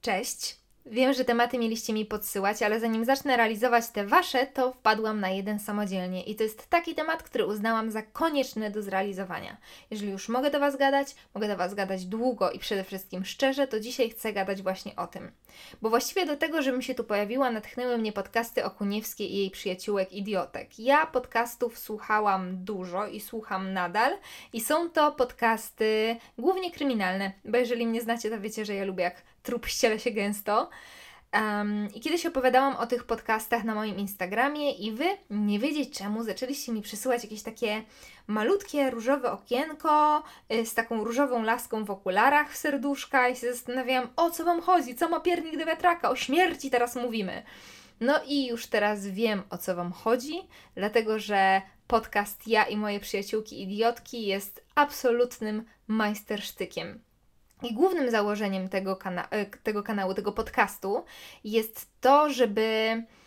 Cześć! Wiem, że tematy mieliście mi podsyłać, ale zanim zacznę realizować te wasze, to wpadłam na jeden samodzielnie i to jest taki temat, który uznałam za konieczny do zrealizowania. Jeżeli już mogę do was gadać długo i przede wszystkim szczerze, to dzisiaj chcę gadać właśnie o tym. Bo właściwie do tego, żebym się tu pojawiła, natchnęły mnie podcasty Okuniewskiej i jej przyjaciółek Idiotek. Ja podcastów słuchałam dużo i słucham nadal i są to podcasty głównie kryminalne, bo jeżeli mnie znacie, to wiecie, że ja lubię jak trup ściele się gęsto. I kiedyś opowiadałam o tych podcastach na moim Instagramie i wy, nie wiedzieć czemu, zaczęliście mi przysyłać jakieś takie malutkie różowe okienko z taką różową laską w okularach w serduszka i się zastanawiałam, o co wam chodzi, co ma piernik do wiatraka, o śmierci teraz mówimy. No i już teraz wiem, o co wam chodzi, dlatego że podcast Ja i moje przyjaciółki idiotki jest absolutnym majstersztykiem. I głównym założeniem tego kanału, tego podcastu jest to, żeby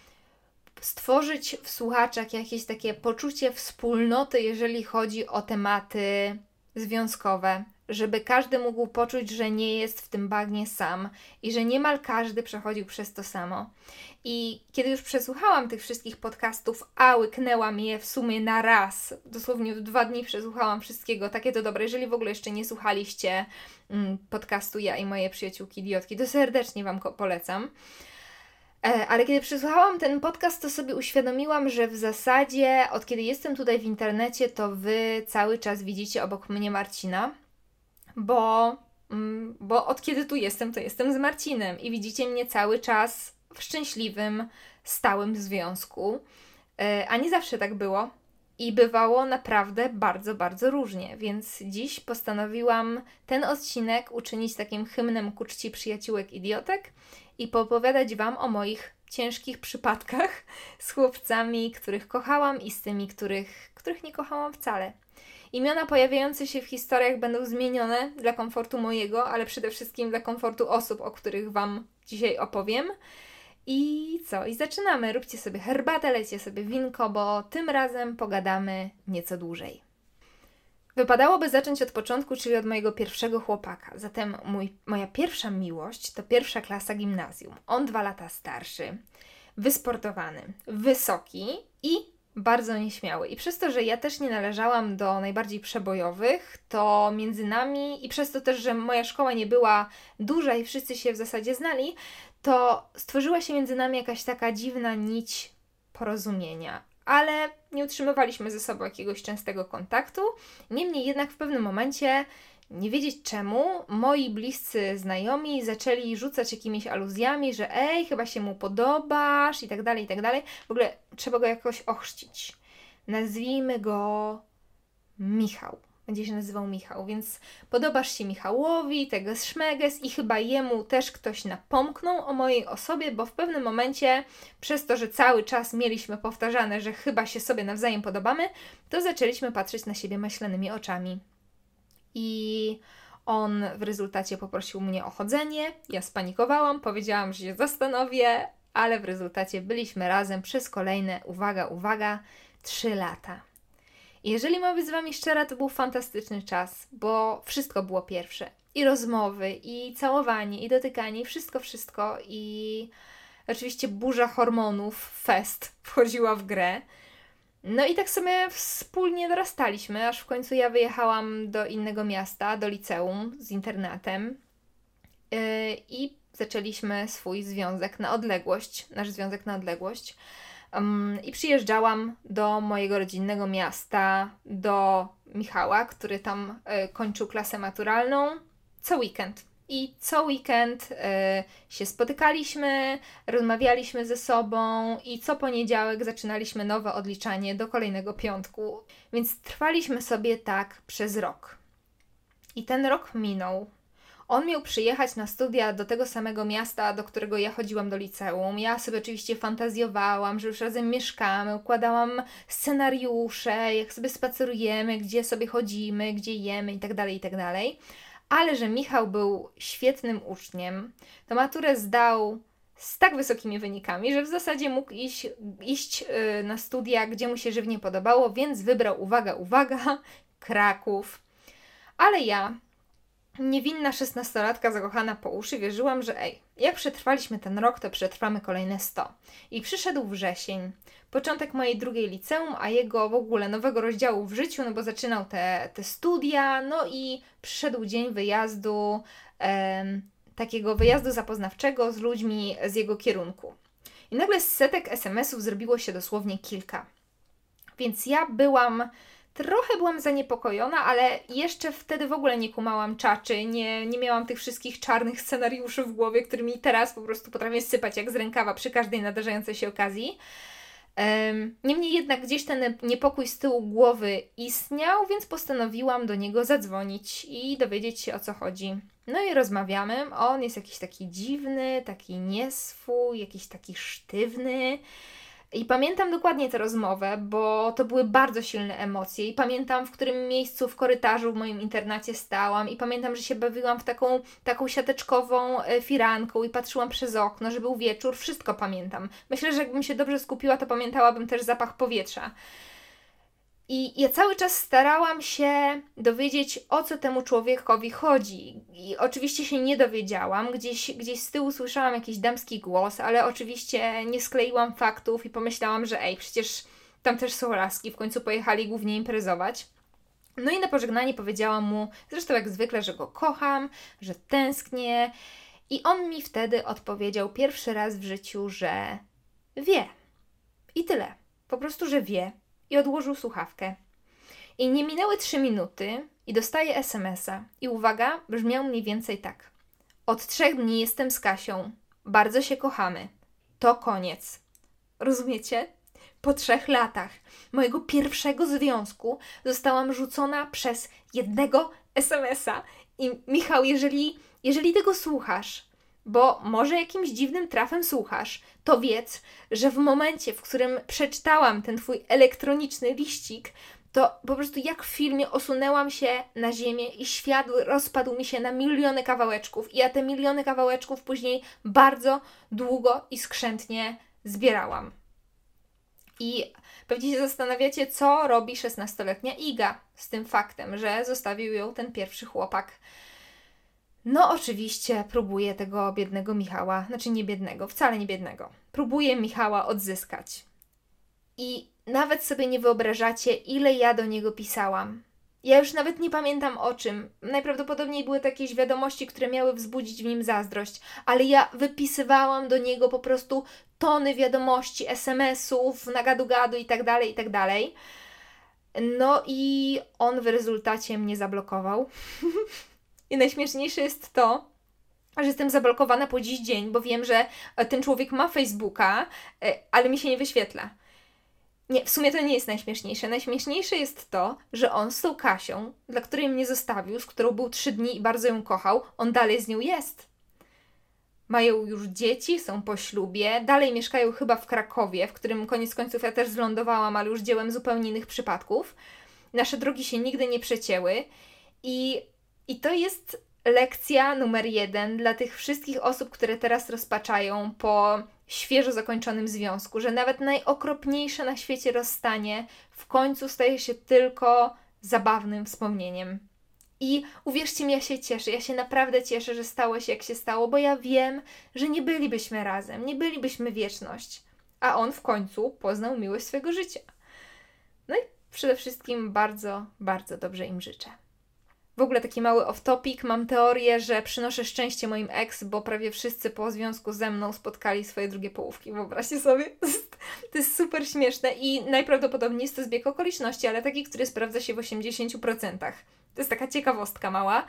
stworzyć w słuchaczach jakieś takie poczucie wspólnoty, jeżeli chodzi o tematy związkowe, żeby każdy mógł poczuć, że nie jest w tym bagnie sam i że niemal każdy przechodził przez to samo. I kiedy już przesłuchałam tych wszystkich podcastów, a łyknęłam je w sumie na raz, dosłownie w 2 dni przesłuchałam wszystkiego, takie to dobre. Jeżeli w ogóle jeszcze nie słuchaliście podcastu Ja i moje przyjaciółki idiotki, to serdecznie wam polecam. Ale kiedy przesłuchałam ten podcast, to sobie uświadomiłam, że w zasadzie od kiedy jestem tutaj w internecie, to wy cały czas widzicie obok mnie Marcina, bo od kiedy tu jestem, to jestem z Marcinem i widzicie mnie cały czas w szczęśliwym, stałym związku. A nie zawsze tak było i bywało naprawdę bardzo, bardzo różnie, więc dziś postanowiłam ten odcinek uczynić takim hymnem ku czci przyjaciółek idiotek i poopowiadać wam o moich ciężkich przypadkach z chłopcami, których kochałam i z tymi, których nie kochałam wcale. Imiona pojawiające się w historiach będą zmienione dla komfortu mojego, ale przede wszystkim dla komfortu osób, o których wam dzisiaj opowiem. I co? I zaczynamy. Róbcie sobie herbatę, lejcie sobie winko, bo tym razem pogadamy nieco dłużej. Wypadałoby zacząć od początku, czyli od mojego pierwszego chłopaka. Zatem moja pierwsza miłość to 1. klasa gimnazjum. On 2 lata starszy, wysportowany, wysoki i bardzo nieśmiały. I przez to, że ja też nie należałam do najbardziej przebojowych, to między nami i przez to też, że moja szkoła nie była duża i wszyscy się w zasadzie znali, to stworzyła się między nami jakaś taka dziwna nić porozumienia. Ale nie utrzymywaliśmy ze sobą jakiegoś częstego kontaktu. Niemniej jednak w pewnym momencie, nie wiedzieć czemu, moi bliscy znajomi zaczęli rzucać jakimiś aluzjami, że chyba się mu podobasz i tak dalej, i tak dalej. W ogóle trzeba go jakoś ochrzcić. Nazwijmy go Michał. Będzie się nazywał Michał, więc podobasz się Michałowi, tego szmeges i chyba jemu też ktoś napomknął o mojej osobie, bo w pewnym momencie, przez to, że cały czas mieliśmy powtarzane, że chyba się sobie nawzajem podobamy, to zaczęliśmy patrzeć na siebie maślanymi oczami. I on w rezultacie poprosił mnie o chodzenie, ja spanikowałam, powiedziałam, że się zastanowię, ale w rezultacie byliśmy razem przez kolejne, uwaga, 3 lata. I jeżeli mam być z wami szczera, to był fantastyczny czas, bo wszystko było pierwsze. I rozmowy, i całowanie, i dotykanie, i wszystko. I oczywiście burza hormonów, fest wchodziła w grę. No i tak sobie wspólnie dorastaliśmy, aż w końcu ja wyjechałam do innego miasta, do liceum z internatem i zaczęliśmy swój związek na odległość, nasz związek na odległość. I przyjeżdżałam do mojego rodzinnego miasta, do Michała, który tam kończył klasę maturalną, co weekend. I co weekend się spotykaliśmy, rozmawialiśmy ze sobą i co poniedziałek zaczynaliśmy nowe odliczanie do kolejnego piątku. Więc trwaliśmy sobie tak przez rok. I ten rok minął. On miał przyjechać na studia do tego samego miasta, do którego ja chodziłam do liceum. Ja sobie oczywiście fantazjowałam, że już razem mieszkamy, układałam scenariusze, jak sobie spacerujemy, gdzie sobie chodzimy, gdzie jemy itd. Ale że Michał był świetnym uczniem, to maturę zdał z tak wysokimi wynikami, że w zasadzie mógł iść na studia, gdzie mu się żywnie podobało, więc wybrał, uwaga, Kraków. Ale ja niewinna 16-latka zakochana po uszy wierzyłam, że jak przetrwaliśmy ten rok, to przetrwamy kolejne 100. I przyszedł wrzesień, początek mojej drugiej liceum, a jego w ogóle nowego rozdziału w życiu, no bo zaczynał te studia, no i przyszedł dzień wyjazdu, takiego wyjazdu zapoznawczego z ludźmi z jego kierunku. I nagle z setek SMS-ów zrobiło się dosłownie kilka. Więc ja trochę byłam zaniepokojona, ale jeszcze wtedy w ogóle nie kumałam czaczy, nie miałam tych wszystkich czarnych scenariuszy w głowie, którymi teraz po prostu potrafię sypać jak z rękawa przy każdej nadarzającej się okazji. Niemniej jednak gdzieś ten niepokój z tyłu głowy istniał, więc postanowiłam do niego zadzwonić i dowiedzieć się, o co chodzi. No i rozmawiamy. On jest jakiś taki dziwny, taki nieswój, jakiś taki sztywny. I pamiętam dokładnie tę rozmowę, bo to były bardzo silne emocje i pamiętam, w którym miejscu w korytarzu w moim internacie stałam i pamiętam, że się bawiłam w taką siateczkową firanką i patrzyłam przez okno, że był wieczór, wszystko pamiętam. Myślę, że jakbym się dobrze skupiła, to pamiętałabym też zapach powietrza. I ja cały czas starałam się dowiedzieć, o co temu człowiekowi chodzi. I oczywiście się nie dowiedziałam. Gdzieś z tyłu słyszałam jakiś damski głos, ale oczywiście nie skleiłam faktów i pomyślałam, że przecież tam też są laski, w końcu pojechali głównie imprezować. No i na pożegnanie powiedziałam mu, zresztą jak zwykle, że go kocham, że tęsknię. I on mi wtedy odpowiedział pierwszy raz w życiu, że wie. I tyle. Po prostu, że wie. I odłożył słuchawkę. I nie minęły 3 minuty i dostaję SMS-a. I uwaga, brzmiał mniej więcej tak. Od 3 dni jestem z Kasią. Bardzo się kochamy. To koniec. Rozumiecie? Po 3 latach mojego pierwszego związku zostałam rzucona przez jednego SMS-a. I Michał, jeżeli tego słuchasz, bo może jakimś dziwnym trafem słuchasz, to wiedz, że w momencie, w którym przeczytałam ten twój elektroniczny liścik, to po prostu jak w filmie osunęłam się na ziemię i świat rozpadł mi się na miliony kawałeczków. I ja te miliony kawałeczków później bardzo długo i skrzętnie zbierałam. I pewnie się zastanawiacie, co robi 16-letnia Iga z tym faktem, że zostawił ją ten pierwszy chłopak. No oczywiście próbuję tego biednego Michała, znaczy nie biednego, wcale nie biednego. Próbuję Michała odzyskać. I nawet sobie nie wyobrażacie, ile ja do niego pisałam. Ja już nawet nie pamiętam o czym. Najprawdopodobniej były to jakieś wiadomości, które miały wzbudzić w nim zazdrość, ale ja wypisywałam do niego po prostu tony wiadomości, SMS-ów, na gadu-gadu i tak dalej, i tak dalej. No i on w rezultacie mnie zablokował. I najśmieszniejsze jest to, że jestem zablokowana po dziś dzień, bo wiem, że ten człowiek ma Facebooka, ale mi się nie wyświetla. Nie, w sumie to nie jest najśmieszniejsze. Najśmieszniejsze jest to, że on z tą Kasią, dla której mnie zostawił, z którą był 3 dni i bardzo ją kochał, on dalej z nią jest. Mają już dzieci, są po ślubie, dalej mieszkają chyba w Krakowie, w którym koniec końców ja też zlądowałam, ale już dziełem zupełnie innych przypadków. Nasze drogi się nigdy nie przecięły i to jest lekcja numer 1 dla tych wszystkich osób, które teraz rozpaczają po świeżo zakończonym związku, że nawet najokropniejsze na świecie rozstanie w końcu staje się tylko zabawnym wspomnieniem. I uwierzcie mi, ja się cieszę, ja się naprawdę cieszę, że stało się jak się stało, bo ja wiem, że nie bylibyśmy razem, nie bylibyśmy wieczność, a on w końcu poznał miłość swojego życia. No i przede wszystkim bardzo, bardzo dobrze im życzę. W ogóle taki mały off-topic, mam teorię, że przynoszę szczęście moim ex, bo prawie wszyscy po związku ze mną spotkali swoje drugie połówki. Wyobraźcie sobie, to jest super śmieszne i najprawdopodobniej jest to zbieg okoliczności, ale taki, który sprawdza się w 80%. To jest taka ciekawostka mała.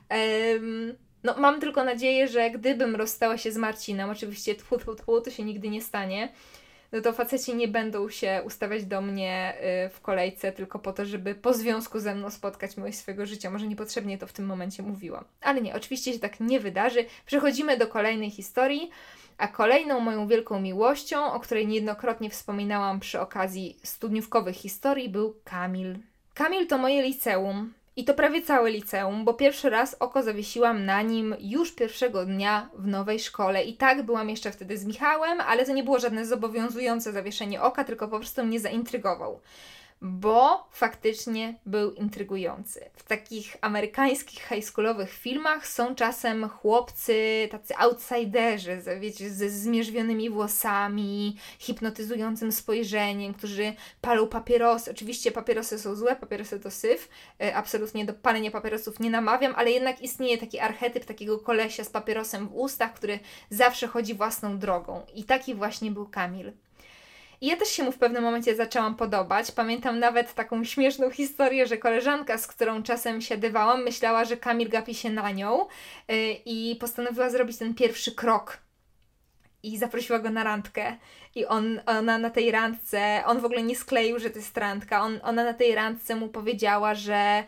No, mam tylko nadzieję, że gdybym rozstała się z Marcinem, oczywiście to się nigdy nie stanie, no to faceci nie będą się ustawiać do mnie w kolejce tylko po to, żeby po związku ze mną spotkać miłość swojego życia. Może niepotrzebnie to w tym momencie mówiłam. Ale nie, oczywiście się tak nie wydarzy. Przechodzimy do kolejnej historii, a kolejną moją wielką miłością, o której niejednokrotnie wspominałam przy okazji studniówkowych historii, był Kamil. Kamil to moje liceum. I to prawie całe liceum, bo pierwszy raz oko zawiesiłam na nim już pierwszego dnia w nowej szkole. I tak, byłam jeszcze wtedy z Michałem, ale to nie było żadne zobowiązujące zawieszenie oka, tylko po prostu mnie zaintrygował. bo faktycznie był intrygujący. W takich amerykańskich high schoolowych filmach są czasem chłopcy, tacy outsiderzy, wiecie, ze zmierzwionymi włosami, hipnotyzującym spojrzeniem, którzy palą papierosy. Oczywiście papierosy są złe, papierosy to syf, absolutnie do palenia papierosów nie namawiam, ale jednak istnieje taki archetyp takiego kolesia z papierosem w ustach, który zawsze chodzi własną drogą. I taki właśnie był Kamil. I ja też się mu w pewnym momencie zaczęłam podobać. Pamiętam nawet taką śmieszną historię, że koleżanka, z którą czasem siadywałam, myślała, że Kamil gapi się na nią i postanowiła zrobić ten pierwszy krok. I zaprosiła go na randkę. I ona na tej randce, on w ogóle nie skleił, że to jest randka. Ona na tej randce mu powiedziała, że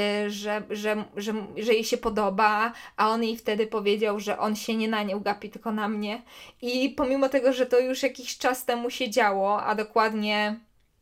jej się podoba, a on jej wtedy powiedział, że on się nie na nią gapi, tylko na mnie. I pomimo tego, że to już jakiś czas temu się działo, a dokładnie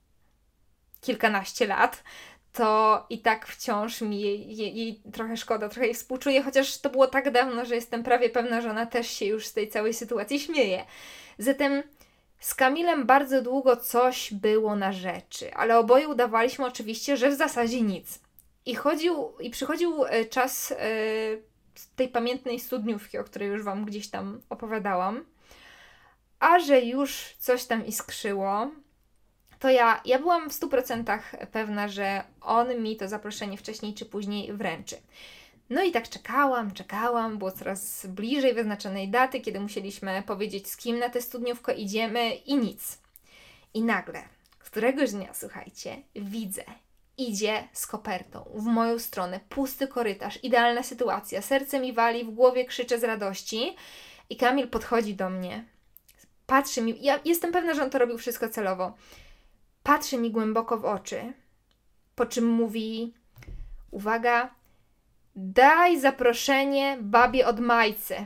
kilkanaście lat, to i tak wciąż mi jej trochę szkoda, trochę jej współczuję, chociaż to było tak dawno, że jestem prawie pewna, że ona też się już z tej całej sytuacji śmieje. Zatem z Kamilem bardzo długo coś było na rzeczy, ale oboje udawaliśmy oczywiście, że w zasadzie nic. I przychodził czas tej pamiętnej studniówki, o której już Wam gdzieś tam opowiadałam, a że już coś tam iskrzyło, to ja byłam w 100% pewna, że on mi to zaproszenie wcześniej czy później wręczy. No i tak czekałam, było coraz bliżej wyznaczonej daty, kiedy musieliśmy powiedzieć, z kim na tę studniówkę idziemy i nic. I nagle, któregoś dnia, słuchajcie, widzę, idzie z kopertą w moją stronę, pusty korytarz, idealna sytuacja, serce mi wali, w głowie krzyczę z radości i Kamil podchodzi do mnie, patrzy mi, ja jestem pewna, że on to robił wszystko celowo, patrzy mi głęboko w oczy, po czym mówi, uwaga, daj zaproszenie babie od Majce.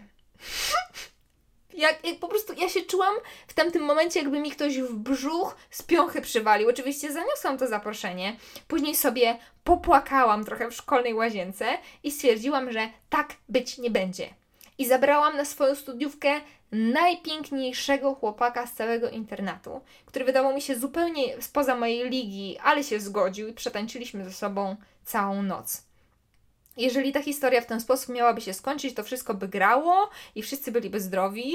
Jak po prostu ja się czułam w tamtym momencie, jakby mi ktoś w brzuch z piąchy przywalił. Oczywiście zaniosłam to zaproszenie. Później sobie popłakałam trochę w szkolnej łazience i stwierdziłam, że tak być nie będzie. I zabrałam na swoją studniówkę najpiękniejszego chłopaka z całego internatu, który wydawał mi się zupełnie spoza mojej ligi, ale się zgodził i przetańczyliśmy ze sobą całą noc. Jeżeli ta historia w ten sposób miałaby się skończyć, to wszystko by grało i wszyscy byliby zdrowi,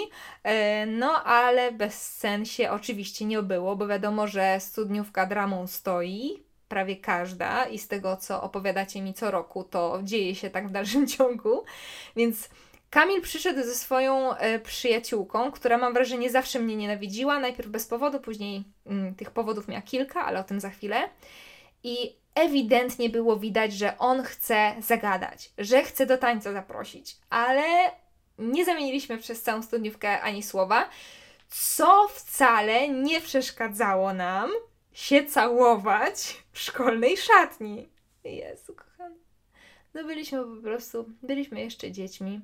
no ale bez scen się oczywiście nie obyło, bo wiadomo, że studniówka dramą stoi, prawie każda i z tego, co opowiadacie mi co roku, to dzieje się tak w dalszym ciągu, więc Kamil przyszedł ze swoją przyjaciółką, która mam wrażenie zawsze mnie nienawidziła, najpierw bez powodu, później tych powodów miała kilka, ale o tym za chwilę. I ewidentnie było widać, że on chce zagadać, że chce do tańca zaprosić, ale nie zamieniliśmy przez całą studniówkę ani słowa, co wcale nie przeszkadzało nam się całować w szkolnej szatni. Jezu, kochany. No byliśmy jeszcze dziećmi.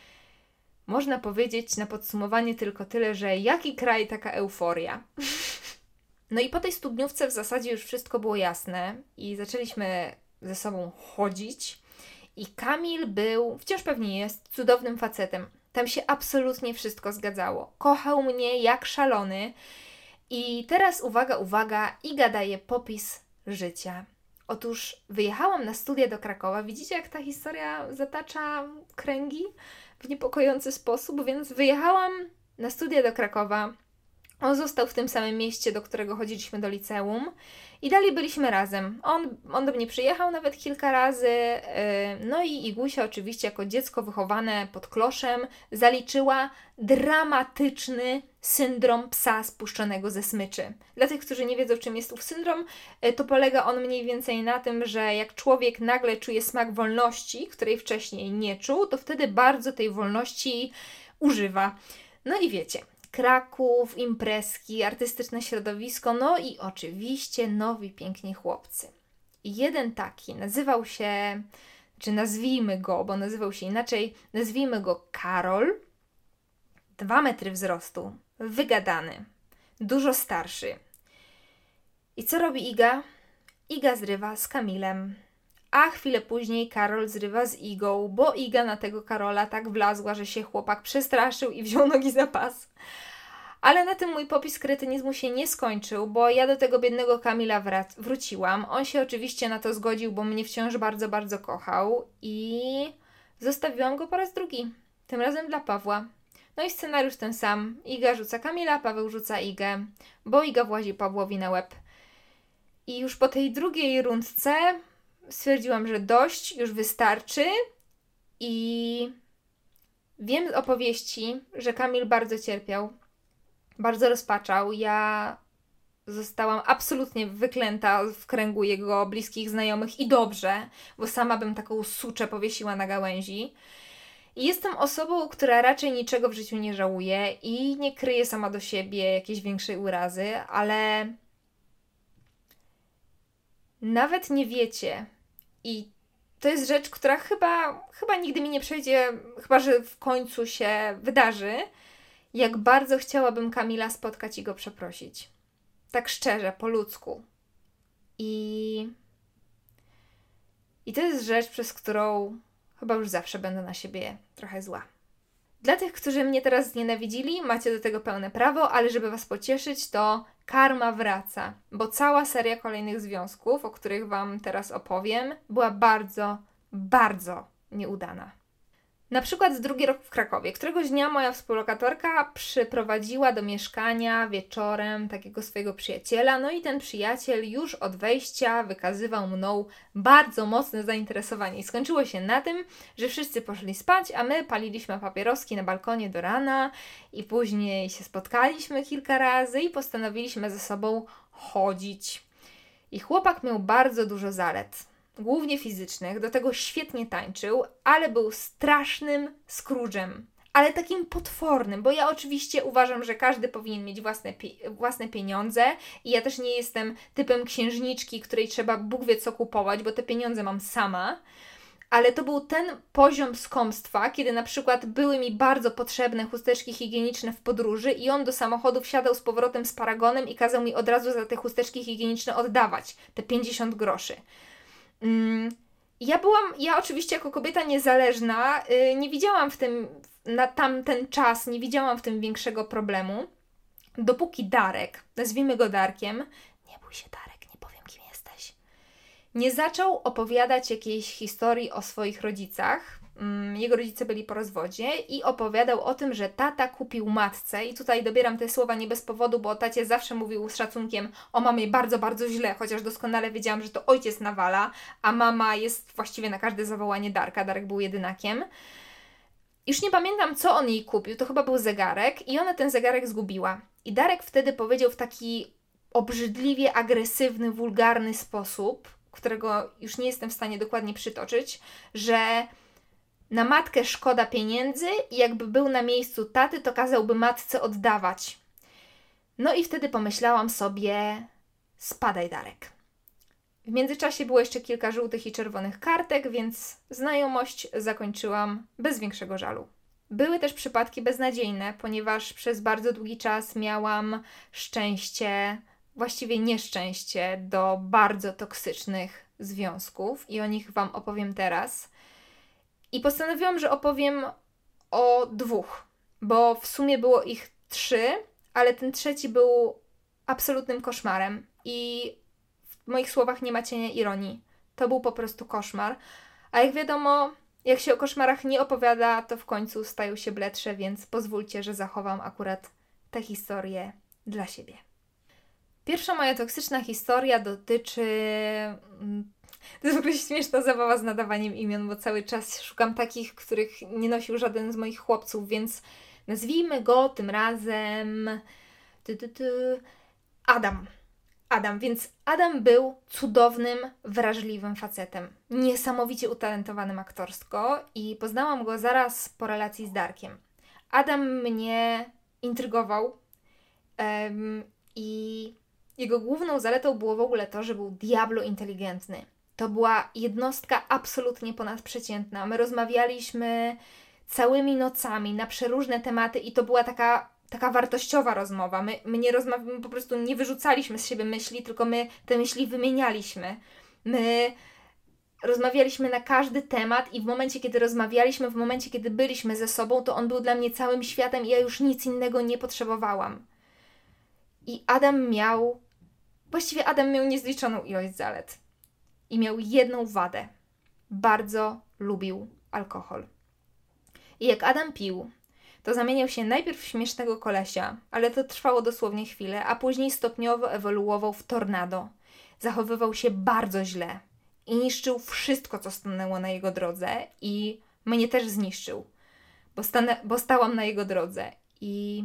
Można powiedzieć na podsumowanie tylko tyle, że jaki kraj, taka euforia. No i po tej studniówce w zasadzie już wszystko było jasne i zaczęliśmy ze sobą chodzić i Kamil był, wciąż pewnie jest, cudownym facetem. Tam się absolutnie wszystko zgadzało. Kochał mnie jak szalony i teraz uwaga, Iga daje popis życia. Otóż wyjechałam na studia do Krakowa. Widzicie, jak ta historia zatacza kręgi w niepokojący sposób, więc wyjechałam na studia do Krakowa. On został w tym samym mieście, do którego chodziliśmy do liceum i dalej byliśmy razem. On do mnie przyjechał nawet kilka razy, no i Igusia oczywiście jako dziecko wychowane pod kloszem zaliczyła dramatyczny syndrom psa spuszczonego ze smyczy. Dla tych, którzy nie wiedzą, czym jest ów syndrom, to polega on mniej więcej na tym, że jak człowiek nagle czuje smak wolności, której wcześniej nie czuł, to wtedy bardzo tej wolności używa. No i wiecie, Kraków, imprezki, artystyczne środowisko, no i oczywiście nowi, piękni chłopcy. I jeden taki nazywał się, czy nazwijmy go, bo nazywał się inaczej, nazwijmy go Karol, 2 metry wzrostu, wygadany, dużo starszy. I co robi Iga? Iga zrywa z Kamilem, a chwilę później Karol zrywa z Igą, bo Iga na tego Karola tak wlazła, że się chłopak przestraszył i wziął nogi za pas. Ale na tym mój popis kretynizmu się nie skończył, bo ja do tego biednego Kamila wróciłam. On się oczywiście na to zgodził, bo mnie wciąż bardzo, bardzo kochał i zostawiłam go po raz drugi. Tym razem dla Pawła. No i scenariusz ten sam. Iga rzuca Kamila, Paweł rzuca Igę, bo Iga włazi Pawłowi na łeb. I już po tej drugiej rundce stwierdziłam, że dość, już wystarczy i wiem z opowieści, że Kamil bardzo cierpiał, bardzo rozpaczał. Ja zostałam absolutnie wyklęta w kręgu jego bliskich znajomych i dobrze, bo sama bym taką suczę powiesiła na gałęzi. I jestem osobą, która raczej niczego w życiu nie żałuje i nie kryje sama do siebie jakiejś większej urazy, ale nawet nie wiecie. I to jest rzecz, która chyba nigdy mi nie przejdzie, chyba że w końcu się wydarzy, jak bardzo chciałabym Kamila spotkać i go przeprosić. Tak szczerze, po ludzku. I to jest rzecz, przez którą chyba już zawsze będę na siebie trochę zła. Dla tych, którzy mnie teraz znienawidzili, macie do tego pełne prawo, ale żeby was pocieszyć, to karma wraca, bo cała seria kolejnych związków, o których wam teraz opowiem, była bardzo, bardzo nieudana. Na przykład drugi rok w Krakowie. Któregoś dnia moja współlokatorka przyprowadziła do mieszkania wieczorem takiego swojego przyjaciela, no i ten przyjaciel już od wejścia wykazywał mną bardzo mocne zainteresowanie. I skończyło się na tym, że wszyscy poszli spać, a my paliliśmy papieroski na balkonie do rana i później się spotkaliśmy kilka razy i postanowiliśmy ze sobą chodzić. I chłopak miał bardzo dużo zalet. Głównie fizycznych, do tego świetnie tańczył, ale był strasznym Scrooge'em. Ale takim potwornym, bo ja oczywiście uważam, że każdy powinien mieć własne pieniądze i ja też nie jestem typem księżniczki, której trzeba Bóg wie co kupować, bo te pieniądze mam sama. Ale to był ten poziom skąpstwa, kiedy na przykład były mi bardzo potrzebne chusteczki higieniczne w podróży i on do samochodu wsiadał z powrotem z paragonem i kazał mi od razu za te chusteczki higieniczne oddawać te 50 groszy. Ja oczywiście jako kobieta niezależna nie widziałam w tym, na tamten czas, nie widziałam w tym większego problemu, dopóki Darek, nazwijmy go Darkiem, nie bój się Darek, nie powiem kim jesteś, nie zaczął opowiadać jakiejś historii o swoich rodzicach. Jego rodzice byli po rozwodzie i opowiadał o tym, że tata kupił matce i tutaj dobieram te słowa nie bez powodu, bo o tacie zawsze mówił z szacunkiem o mamie bardzo, bardzo źle, chociaż doskonale wiedziałam, że to ojciec nawala, a mama jest właściwie na każde zawołanie Darka. Darek był jedynakiem. Już nie pamiętam, co on jej kupił, to chyba był zegarek i ona ten zegarek zgubiła. I Darek wtedy powiedział w taki obrzydliwie agresywny, wulgarny sposób, którego już nie jestem w stanie dokładnie przytoczyć, że na matkę szkoda pieniędzy i jakby był na miejscu taty, to kazałby matce oddawać. No i wtedy pomyślałam sobie, spadaj Darek. W międzyczasie było jeszcze kilka żółtych i czerwonych kartek, więc znajomość zakończyłam bez większego żalu. Były też przypadki beznadziejne, ponieważ przez bardzo długi czas miałam szczęście, właściwie nieszczęście do bardzo toksycznych związków i o nich wam opowiem teraz. I postanowiłam, że opowiem o 2, bo w sumie było ich 3, ale ten trzeci był absolutnym koszmarem i w moich słowach nie ma cienia ironii. To był po prostu koszmar. A jak wiadomo, jak się o koszmarach nie opowiada, to w końcu stają się bledsze, więc pozwólcie, że zachowam akurat tę historię dla siebie. Pierwsza moja toksyczna historia dotyczy... To jest w ogóle śmieszna zabawa z nadawaniem imion, bo cały czas szukam takich, których nie nosił żaden z moich chłopców, więc nazwijmy go tym razem Adam. Więc Adam był cudownym, wrażliwym facetem. Niesamowicie utalentowanym aktorsko i poznałam go zaraz po relacji z Darkiem. Adam mnie intrygował i jego główną zaletą było w ogóle to, że był diablo inteligentny. To była jednostka absolutnie ponadprzeciętna. My rozmawialiśmy całymi nocami na przeróżne tematy i to była taka wartościowa rozmowa. My po prostu nie wyrzucaliśmy z siebie myśli, tylko my te myśli wymienialiśmy. My rozmawialiśmy na każdy temat i w momencie, kiedy rozmawialiśmy, w momencie, kiedy byliśmy ze sobą, to on był dla mnie całym światem i ja już nic innego nie potrzebowałam. I właściwie Adam miał niezliczoną ilość zalet. I miał jedną wadę. Bardzo lubił alkohol. I jak Adam pił, to zamieniał się najpierw w śmiesznego kolesia, ale to trwało dosłownie chwilę, a później stopniowo ewoluował w tornado. Zachowywał się bardzo źle i niszczył wszystko, co stanęło na jego drodze, i mnie też zniszczył, bo stałam na jego drodze. I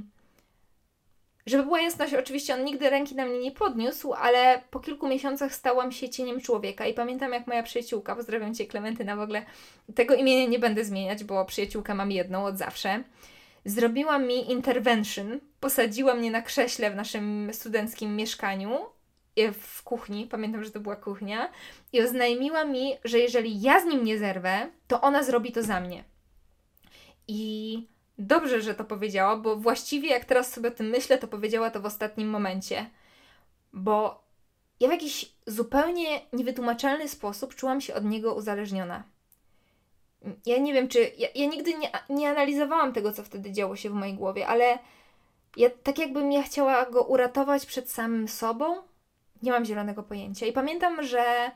żeby była jasność, oczywiście on nigdy ręki na mnie nie podniósł, ale po kilku miesiącach stałam się cieniem człowieka i pamiętam, jak moja przyjaciółka, pozdrawiam Cię Klementyna, w ogóle tego imienia nie będę zmieniać, bo przyjaciółkę mam jedną od zawsze, zrobiła mi intervention, posadziła mnie na krześle w naszym studenckim mieszkaniu, w kuchni, pamiętam, że to była kuchnia, i oznajmiła mi, że jeżeli ja z nim nie zerwę, to ona zrobi to za mnie. I dobrze, że to powiedziała, bo właściwie jak teraz sobie o tym myślę, to powiedziała to w ostatnim momencie. Bo ja w jakiś zupełnie niewytłumaczalny sposób czułam się od niego uzależniona. Ja nie wiem, czy... Ja nigdy nie analizowałam tego, co wtedy działo się w mojej głowie, ale tak jakbym ja chciała go uratować przed samym sobą. Nie mam zielonego pojęcia. I pamiętam, że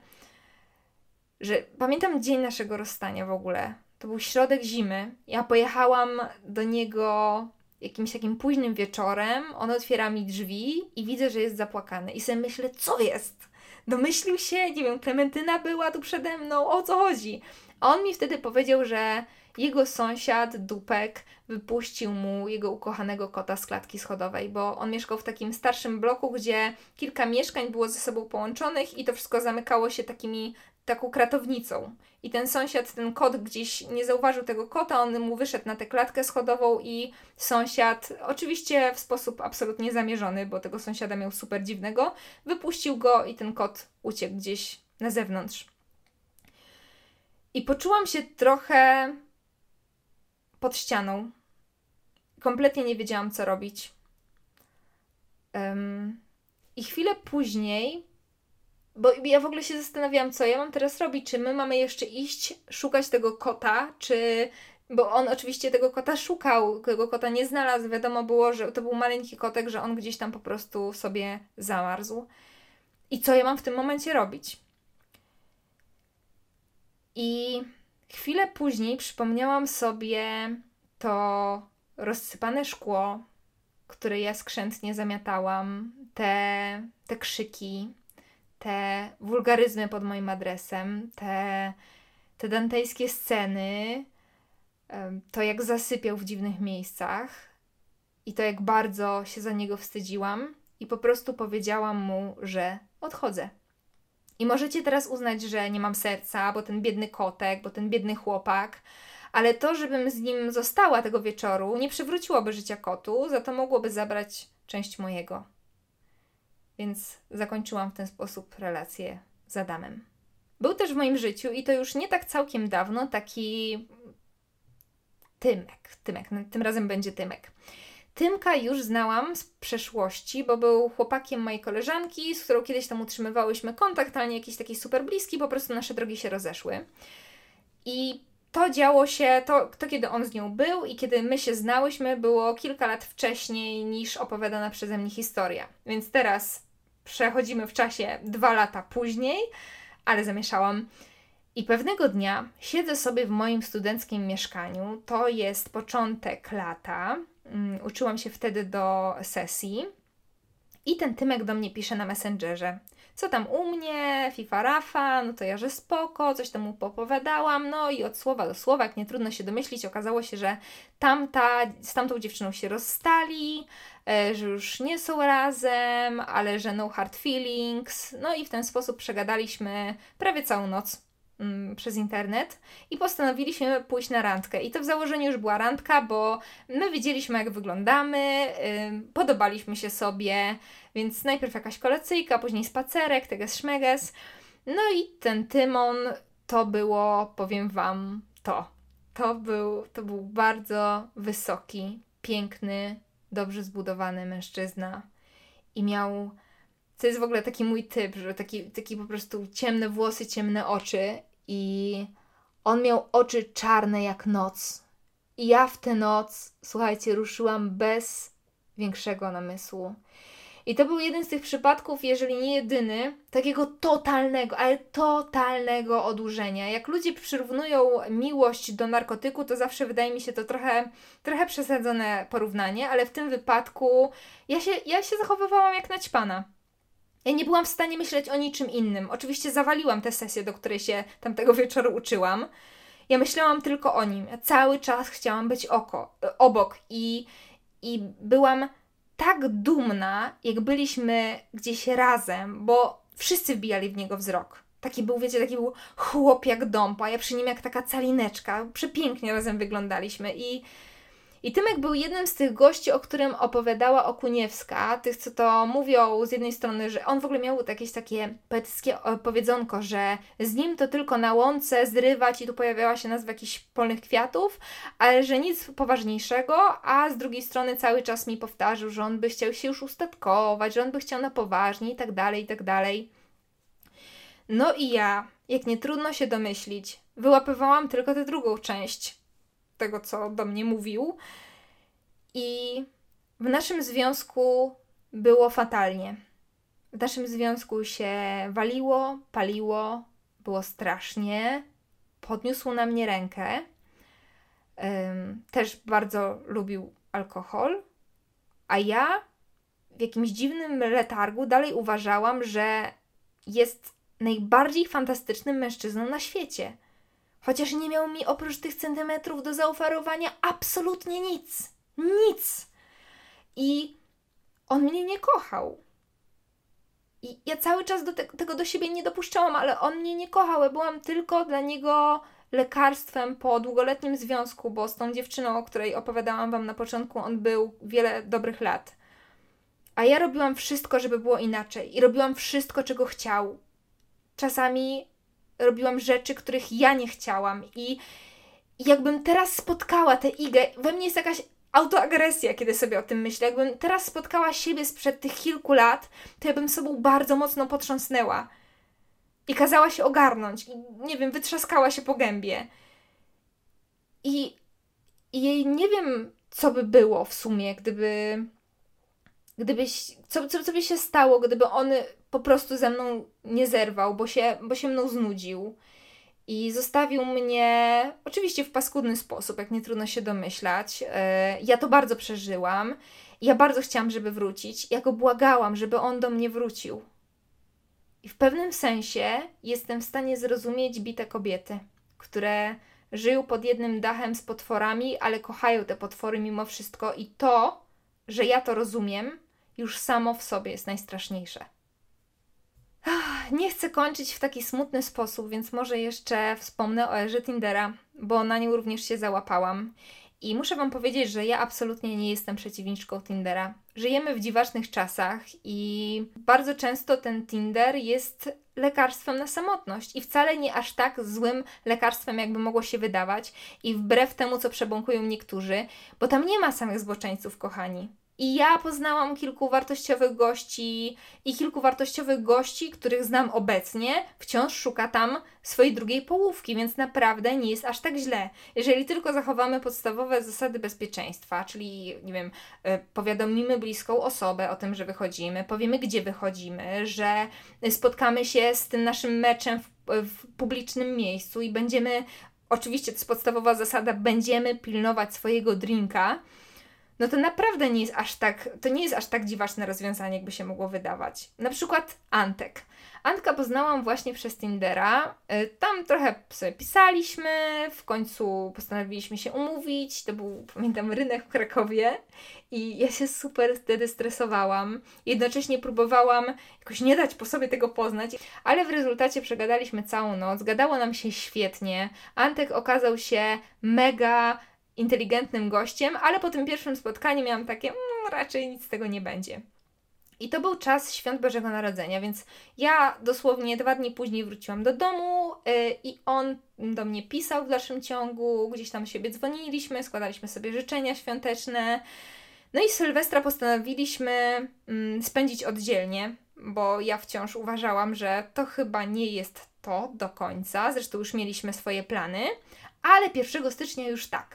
pamiętam dzień naszego rozstania w ogóle. To był środek zimy. Ja pojechałam do niego jakimś takim późnym wieczorem. On otwiera mi drzwi i widzę, że jest zapłakany. I sobie myślę, co jest? Domyślił się, nie wiem, Klementyna była tu przede mną, o co chodzi? A on mi wtedy powiedział, że jego sąsiad, Dupek, wypuścił mu jego ukochanego kota z klatki schodowej, bo on mieszkał w takim starszym bloku, gdzie kilka mieszkań było ze sobą połączonych i to wszystko zamykało się taką kratownicą. I ten sąsiad, ten kot gdzieś nie zauważył tego kota, on mu wyszedł na tę klatkę schodową i sąsiad, oczywiście w sposób absolutnie zamierzony, bo tego sąsiada miał super dziwnego, wypuścił go i ten kot uciekł gdzieś na zewnątrz. I poczułam się trochę pod ścianą. Kompletnie nie wiedziałam, co robić. I chwilę później, bo ja w ogóle się zastanawiałam, co ja mam teraz robić, czy my mamy jeszcze iść szukać tego kota, bo on oczywiście tego kota szukał, tego kota nie znalazł, wiadomo było, że to był maleńki kotek, że on gdzieś tam po prostu sobie zamarzł. I co ja mam w tym momencie robić? I chwilę później przypomniałam sobie to rozsypane szkło, które ja skrzętnie zamiatałam, te krzyki, te wulgaryzmy pod moim adresem, te dantejskie sceny, to jak zasypiał w dziwnych miejscach i to jak bardzo się za niego wstydziłam i po prostu powiedziałam mu, że odchodzę. I możecie teraz uznać, że nie mam serca, bo ten biedny kotek, bo ten biedny chłopak, ale to, żebym z nim została tego wieczoru, nie przywróciłoby życia kotu, za to mogłoby zabrać część mojego. Więc zakończyłam w ten sposób relację z Adamem. Był też w moim życiu i to już nie tak całkiem dawno taki Tymek, tym razem będzie Tymek. Tymka już znałam z przeszłości, bo był chłopakiem mojej koleżanki, z którą kiedyś tam utrzymywałyśmy kontakt, ale nie jakiś taki super bliski, po prostu nasze drogi się rozeszły. I to działo się, to kiedy on z nią był i kiedy my się znałyśmy, było kilka lat wcześniej niż opowiadana przeze mnie historia. Więc teraz przechodzimy w czasie 2 lata później, ale zamieszałam. I pewnego dnia siedzę sobie w moim studenckim mieszkaniu, to jest początek lata, uczyłam się wtedy do sesji i ten Tymek do mnie pisze na Messengerze. Co tam u mnie, Fifa Rafa, no to ja, że spoko, coś tam mu popowiadałam, no i od słowa do słowa, jak nie trudno się domyślić, okazało się, że z tamtą dziewczyną się rozstali, że już nie są razem, ale że no hard feelings, no i w ten sposób przegadaliśmy prawie całą noc przez internet i postanowiliśmy pójść na randkę. I to w założeniu już była randka, bo my wiedzieliśmy, jak wyglądamy, podobaliśmy się sobie, więc najpierw jakaś kolacyjka, później spacerek, teges szmeges. No i ten Tymon to było, powiem Wam, to był bardzo wysoki, piękny, dobrze zbudowany mężczyzna i miał... To jest w ogóle taki mój typ, że taki po prostu ciemne włosy, ciemne oczy i on miał oczy czarne jak noc. I ja w tę noc, słuchajcie, ruszyłam bez większego namysłu. I to był jeden z tych przypadków, jeżeli nie jedyny, takiego totalnego, ale totalnego odurzenia. Jak ludzie przyrównują miłość do narkotyku, to zawsze wydaje mi się to trochę przesadzone porównanie, ale w tym wypadku ja się zachowywałam jak naćpana. Ja nie byłam w stanie myśleć o niczym innym. Oczywiście zawaliłam tę sesję, do której się tamtego wieczoru uczyłam. Ja myślałam tylko o nim. Ja cały czas chciałam być obok i byłam tak dumna, jak byliśmy gdzieś razem, bo wszyscy wbijali w niego wzrok. Taki był chłop jak dąb, a ja przy nim jak taka calineczka. Przepięknie razem wyglądaliśmy i Tymek był jednym z tych gości, o którym opowiadała Okuniewska, tych, co to mówią z jednej strony, że on w ogóle miał jakieś takie poetyckie powiedzonko, że z nim to tylko na łące zrywać i tu pojawiała się nazwa jakichś polnych kwiatów, ale że nic poważniejszego, a z drugiej strony cały czas mi powtarzał, że on by chciał się już ustatkować, że on by chciał na poważnie i tak dalej, i tak dalej. No i ja, jak nie trudno się domyślić, wyłapywałam tylko tę drugą część tego, co do mnie mówił. I w naszym związku było fatalnie. W naszym związku się waliło, paliło, było strasznie. Podniósł na mnie rękę. Też bardzo lubił alkohol. A ja w jakimś dziwnym letargu dalej uważałam, że jest najbardziej fantastycznym mężczyzną na świecie. Chociaż nie miał mi oprócz tych centymetrów do zaoferowania absolutnie nic. Nic. I on mnie nie kochał. I ja cały czas tego do siebie nie dopuszczałam, ale on mnie nie kochał. Ja byłam tylko dla niego lekarstwem po długoletnim związku, bo z tą dziewczyną, o której opowiadałam wam na początku, on był wiele dobrych lat. A ja robiłam wszystko, żeby było inaczej. I robiłam wszystko, czego chciał. Czasami robiłam rzeczy, których ja nie chciałam i jakbym teraz spotkała tę Igę, we mnie jest jakaś autoagresja, kiedy sobie o tym myślę, jakbym teraz spotkała siebie sprzed tych kilku lat, to ja bym sobą bardzo mocno potrząsnęła i kazała się ogarnąć i nie wiem, wytrzaskała się po gębie i nie wiem, co by było w sumie, co by się stało, gdyby on po prostu ze mną nie zerwał, bo się mną znudził. I zostawił mnie oczywiście w paskudny sposób, jak nie trudno się domyślać. Ja to bardzo przeżyłam. Ja bardzo chciałam, żeby wrócić. Ja go błagałam, żeby on do mnie wrócił. I w pewnym sensie jestem w stanie zrozumieć bite kobiety, które żyją pod jednym dachem z potworami, ale kochają te potwory mimo wszystko. I to, że ja to rozumiem, już samo w sobie jest najstraszniejsze. Nie chcę kończyć w taki smutny sposób, więc może jeszcze wspomnę o erze Tindera, bo na nią również się załapałam. I muszę wam powiedzieć, że ja absolutnie nie jestem przeciwniczką Tindera. Żyjemy w dziwacznych czasach i bardzo często ten Tinder jest lekarstwem na samotność i wcale nie aż tak złym lekarstwem, jakby mogło się wydawać i wbrew temu, co przebąkują niektórzy, bo tam nie ma samych zboczeńców, kochani. I ja poznałam kilku wartościowych gości, których znam obecnie, wciąż szuka tam swojej drugiej połówki, więc naprawdę nie jest aż tak źle. Jeżeli tylko zachowamy podstawowe zasady bezpieczeństwa, czyli, nie wiem, powiadomimy bliską osobę o tym, że wychodzimy, powiemy, gdzie wychodzimy, że spotkamy się z tym naszym meczem w publicznym miejscu i będziemy, oczywiście to jest podstawowa zasada, będziemy pilnować swojego drinka, no to naprawdę nie jest aż tak dziwaczne rozwiązanie, jakby się mogło wydawać. Na przykład Antek. Antka poznałam właśnie przez Tindera. Tam trochę sobie pisaliśmy, w końcu postanowiliśmy się umówić. To był, pamiętam, rynek w Krakowie i ja się super wtedy stresowałam. Jednocześnie próbowałam jakoś nie dać po sobie tego poznać, ale w rezultacie przegadaliśmy całą noc. Gadało nam się świetnie. Antek okazał się mega inteligentnym gościem, ale po tym pierwszym spotkaniu miałam takie, raczej nic z tego nie będzie. I to był czas Świąt Bożego Narodzenia, więc ja dosłownie 2 dni później wróciłam do domu i on do mnie pisał w dalszym ciągu, gdzieś tam siebie dzwoniliśmy, składaliśmy sobie życzenia świąteczne. No i Sylwestra postanowiliśmy spędzić oddzielnie, bo ja wciąż uważałam, że to chyba nie jest to do końca, zresztą już mieliśmy swoje plany, ale 1 stycznia już tak.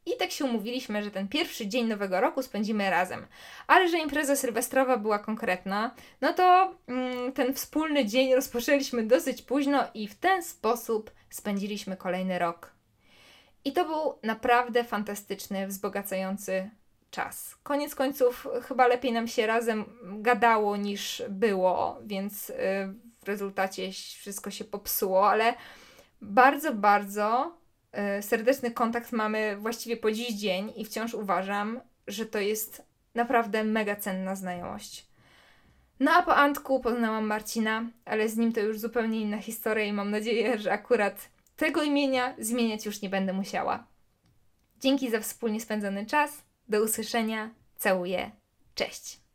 I tak się umówiliśmy, że ten pierwszy dzień Nowego Roku spędzimy razem. Ale że impreza sylwestrowa była konkretna, no to ten wspólny dzień rozpoczęliśmy dosyć późno i w ten sposób spędziliśmy kolejny rok. I to był naprawdę fantastyczny, wzbogacający czas. Koniec końców chyba lepiej nam się razem gadało niż było, więc w rezultacie wszystko się popsuło, ale bardzo, bardzo serdeczny kontakt mamy właściwie po dziś dzień i wciąż uważam, że to jest naprawdę mega cenna znajomość. No a po Antku poznałam Marcina, ale z nim to już zupełnie inna historia i mam nadzieję, że akurat tego imienia zmieniać już nie będę musiała. Dzięki za wspólnie spędzony czas. Do usłyszenia. Całuję. Cześć.